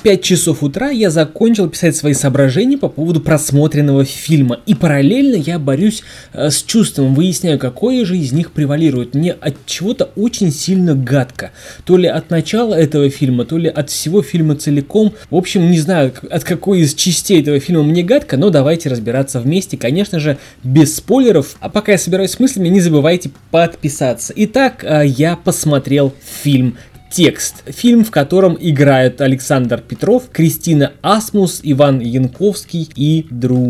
5 часов утра я закончил писать свои соображения по поводу просмотренного фильма, и параллельно я борюсь с чувством, выясняю, какое же из них превалирует. Мне от чего-то очень сильно гадко. То ли от начала этого фильма, то ли от всего фильма целиком. В общем, не знаю, от какой из частей этого фильма мне гадко, но давайте разбираться вместе, конечно же, без спойлеров. А пока я собираюсь с мыслями, не забывайте подписаться. Итак, я посмотрел фильм «Текст». Фильм, в котором играют Александр Петров, Кристина Асмус, Иван Янковский и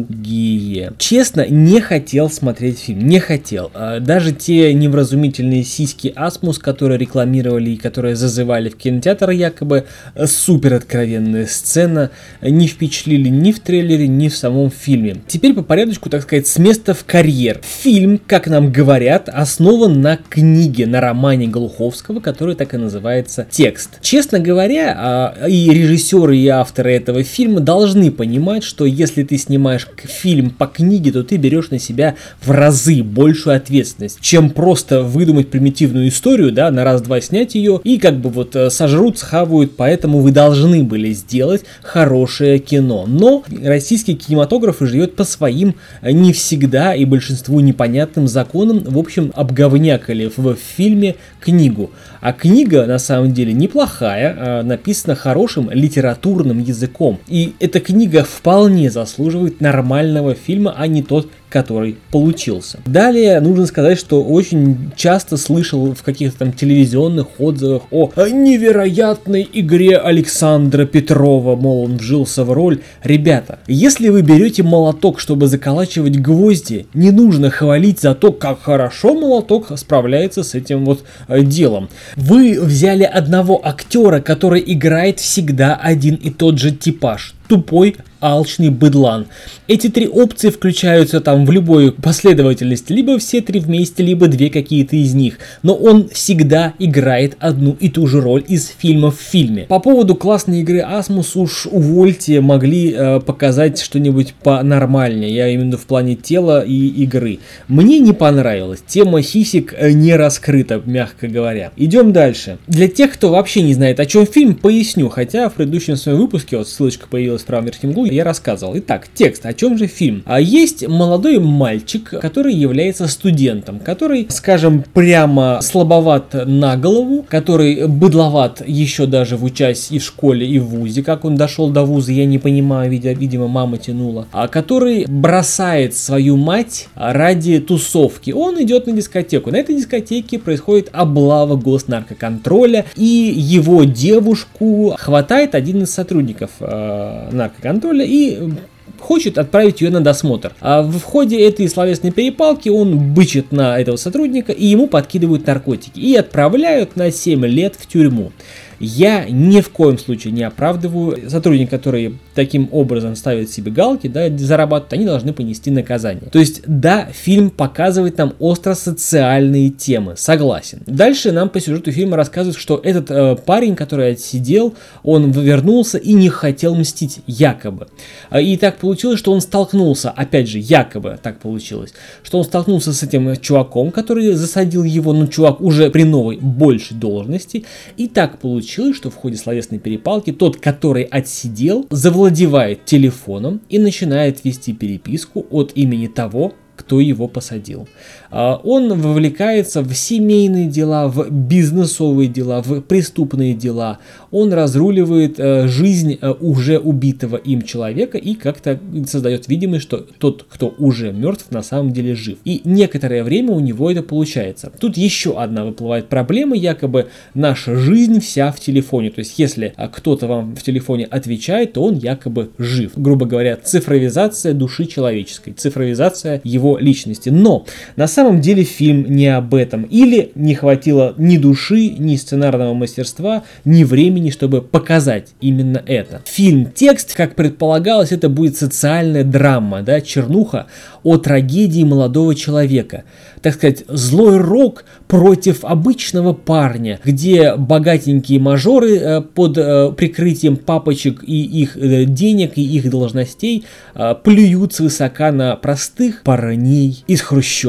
другие. Честно, не хотел смотреть фильм, не хотел. Даже те невразумительные сиськи Асмус, которые рекламировали и которые зазывали в кинотеатр якобы, супер откровенная сцена, не впечатлили ни в трейлере, ни в самом фильме. Теперь по порядочку, так сказать, с места в карьер. Фильм, как нам говорят, основан на книге, на романе Глуховского, который так и называется «Текст». Честно говоря, и режиссеры, и авторы этого фильма должны понимать, что если ты снимаешь фильм по книге, то ты берешь на себя в разы большую ответственность, чем просто выдумать примитивную историю, да, на раз-два снять ее и как бы вот сожрут, схавают, поэтому вы должны были сделать хорошее кино. Но российский кинематограф живет по своим не всегда и большинству непонятным законам, в общем, обговнякали в фильме книгу. А книга, на самом деле, неплохая, написана хорошим литературным языком. И эта книга вполне заслуживает нормального фильма, а не тот, который получился. Далее нужно сказать, что очень часто слышал в каких-то там телевизионных отзывах о невероятной игре Александра Петрова, мол, он вжился в роль. Ребята, если вы берете молоток, чтобы заколачивать гвозди, не нужно хвалить за то, как хорошо молоток справляется с этим вот делом. Вы взяли одного актера, который играет всегда один и тот же типаж. Тупой, алчный быдлан. Эти три опции включаются там в любой последовательности, либо все три вместе, либо две какие-то из них. Но он всегда играет одну и ту же роль из фильма в фильме. По поводу классной игры Асмус уж увольте, могли показать что-нибудь понормальнее. Я именно в плане тела и игры. Мне не понравилось. Тема сисек не раскрыта, мягко говоря. Идем дальше. Для тех, кто вообще не знает, о чем фильм, поясню. Хотя в предыдущем своем выпуске, вот ссылочка появилась в правом верхнем углу, я рассказывал. Итак, текст. О чем же фильм? Есть молодой мальчик, который является студентом, который, скажем, прямо слабоват на голову, который быдловат еще даже в участии и в школе, и в вузе. Как он дошел до вуза, я не понимаю, видимо, мама тянула. Который бросает свою мать ради тусовки. Он идет на дискотеку. На этой дискотеке происходит облава госнаркоконтроля, и его девушку хватает один из сотрудников наркоконтроля и хочет отправить ее на досмотр. А в ходе этой словесной перепалки он бычит на этого сотрудника, и ему подкидывают наркотики и отправляют на 7 лет в тюрьму. Я ни в коем случае не оправдываю сотрудников, которые таким образом ставят себе галки, да, зарабатывают, они должны понести наказание. То есть, да, фильм показывает нам остро-социальные темы, согласен. Дальше нам по сюжету фильма рассказывают, что этот парень, который отсидел, он вернулся и не хотел мстить, якобы. И так получилось, что он столкнулся, опять же, якобы так получилось, что он столкнулся с этим чуваком, который засадил его, но чувак уже при новой, большей должности, и так получилось, что в ходе словесной перепалки тот, который отсидел, завладевает телефоном и начинает вести переписку от имени того, кто его посадил. Он вовлекается в семейные дела, в бизнесовые дела, в преступные дела. Он разруливает жизнь уже убитого им человека и как-то создает видимость, что тот, кто уже мертв, на самом деле жив. И некоторое время у него это получается. Тут еще одна выплывает проблема, якобы наша жизнь вся в телефоне. То есть, если кто-то вам в телефоне отвечает, то он якобы жив. Грубо говоря, цифровизация души человеческой, цифровизация его личности. Но на самом деле фильм не об этом. Или не хватило ни души, ни сценарного мастерства, ни времени, чтобы показать именно это. Фильм «Текст», как предполагалось, это будет социальная драма, да, чернуха о трагедии молодого человека. Так сказать, злой рок против обычного парня, где богатенькие мажоры под прикрытием папочек и их денег, и их должностей плюют свысока на простых парней из хрущевки.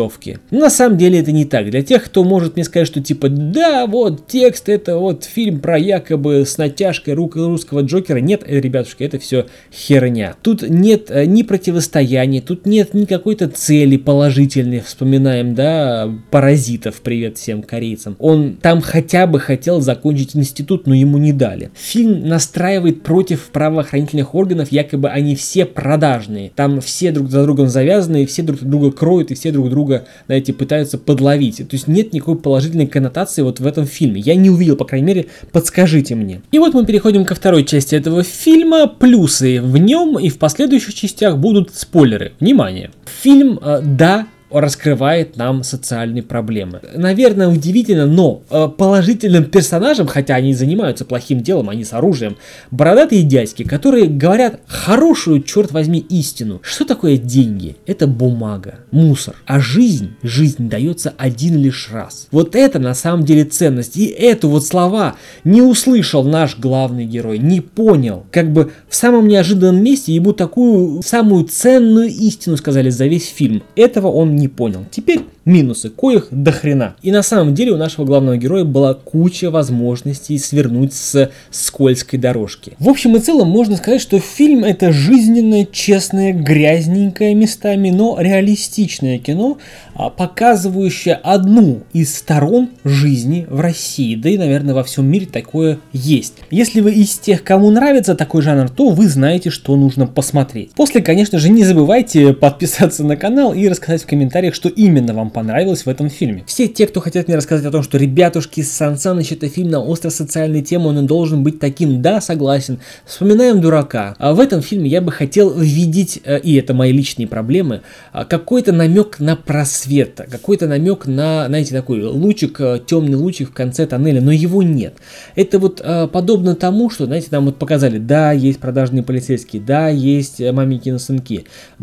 Но на самом деле это не так. Для тех, кто может мне сказать, что типа, да, вот текст, это вот фильм про якобы с натяжкой русского Джокера. Нет, ребятушки, это все херня. Тут нет ни противостояния, тут нет ни какой-то цели положительной. Вспоминаем, да, «Паразитов», привет всем корейцам. Он там хотя бы хотел закончить институт, но ему не дали. Фильм настраивает против правоохранительных органов, якобы они все продажные. Там все друг за другом завязаны, все друг друга кроют, и все друг друга, знаете, пытаются подловить. То есть нет никакой положительной коннотации вот в этом фильме. Я не увидел, по крайней мере, подскажите мне. И вот мы переходим ко второй части этого фильма. Плюсы в нем и в последующих частях будут спойлеры. Внимание! Фильм, да, раскрывает нам социальные проблемы. Наверное, удивительно, но положительным персонажем, хотя они занимаются плохим делом, они с оружием, бородатые дядьки, которые говорят хорошую, черт возьми, истину. Что такое деньги? Это бумага, мусор. А жизнь дается один лишь раз. Вот это на самом деле ценность. И эту вот слова не услышал наш главный герой, не понял. Как бы в самом неожиданном месте ему такую самую ценную истину сказали за весь фильм. Этого он не понял. Теперь минусы, коих до хрена. И на самом деле у нашего главного героя была куча возможностей свернуть с скользкой дорожки. В общем и целом можно сказать, что фильм это жизненное, честное, грязненькое местами, но реалистичное кино, показывающее одну из сторон жизни в России. Да и, наверное, во всем мире такое есть. Если вы из тех, кому нравится такой жанр, то вы знаете, что нужно посмотреть. После, конечно же, не забывайте подписаться на канал и рассказать в комментариях, что именно вам понравилось в этом фильме. Все те, кто хотят мне рассказать о том, что, ребятушки, Сан Саныч это фильм на остро-социальные темы, он должен быть таким, да, согласен. Вспоминаем «Дурака». А в этом фильме я бы хотел видеть, и это мои личные проблемы, какой-то намек на просвет, какой-то намек на, знаете, такой лучик, темный лучик в конце тоннеля, но его нет. Это вот подобно тому, что, знаете, нам вот показали, да, есть продажные полицейские, да, есть маменькины сынки,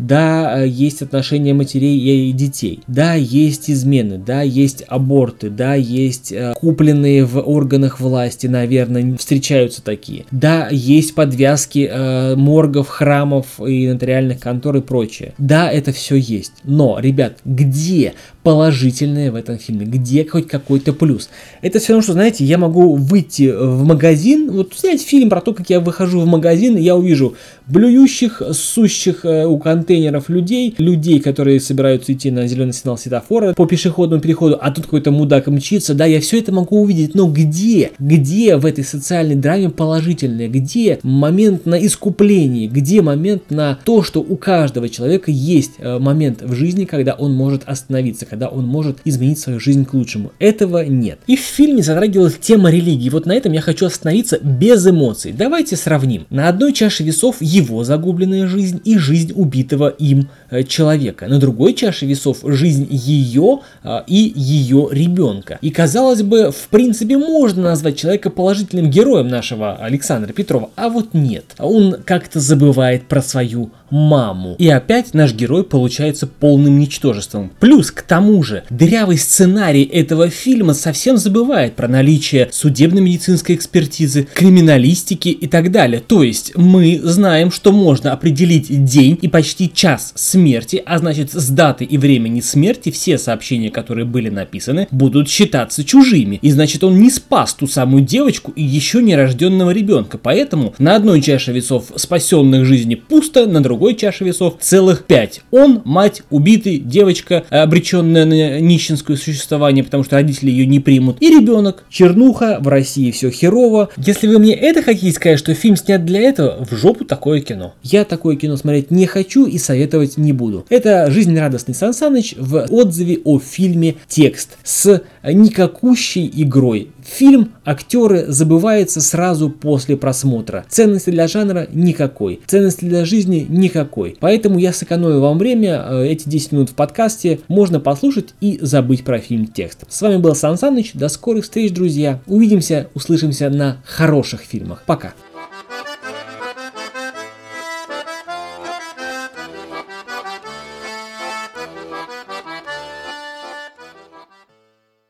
да, есть отношения матерей и детей, да, есть измены, да, есть аборты, да, есть купленные в органах власти, наверное, встречаются такие. Да, есть подвязки моргов, храмов и нотариальных контор и прочее. Да, это все есть. Но, ребят, где положительное в этом фильме? Где хоть какой-то плюс? Это все равно, что, знаете, я могу выйти в магазин, вот снять фильм про то, как я выхожу в магазин, и я увижу блюющих, сущих у контейнеров людей, которые собираются идти на зеленый сигнал светофора по пешеходному переходу, а тут какой-то мудак мчится, да, я все это могу увидеть, но где в этой социальной драме положительное, где момент на искупление, где момент на то, что у каждого человека есть момент в жизни, когда он может остановиться, когда он может изменить свою жизнь к лучшему. Этого нет. И в фильме затрагивалась тема религии, вот на этом я хочу остановиться без эмоций. Давайте сравним. На одной чаше весов его загубленная жизнь и жизнь убитого им человека. На другой чаше весов жизнь ее и ее ребенка. И казалось бы, в принципе, можно назвать человека положительным героем нашего Александра Петрова, а вот нет. Он как-то забывает про свою маму. И опять наш герой получается полным ничтожеством. Плюс к тому же дырявый сценарий этого фильма совсем забывает про наличие судебно-медицинской экспертизы, криминалистики и так далее. То есть мы знаем, что можно определить день и почти час смерти, а значит с даты и времени смерти все сообщения, которые были написаны, будут считаться чужими. И значит он не спас ту самую девочку и еще нерожденного ребенка. Поэтому на одной чаше весов спасенных жизни пусто, на другой чаше весов целых 5. Он, мать, убитый, девочка, обреченная на нищенское существование, потому что родители ее не примут, и ребенок. Чернуха, в России все херово. Если вы мне это хотите сказать, что фильм снят для этого, в жопу такое кино. Я такое кино смотреть не хочу и советовать не буду. Это жизнерадостный Сан Саныч в отзыве о фильме «Текст» с никакущей игрой. Фильм, актеры забываются сразу после просмотра. Ценности для жанра никакой. Ценности для жизни никакой. Поэтому я сэкономлю вам время. Эти 10 минут в подкасте можно послушать и забыть про фильм «Текст». С вами был Сан Саныч. До скорых встреч, друзья. Увидимся, услышимся на хороших фильмах. Пока.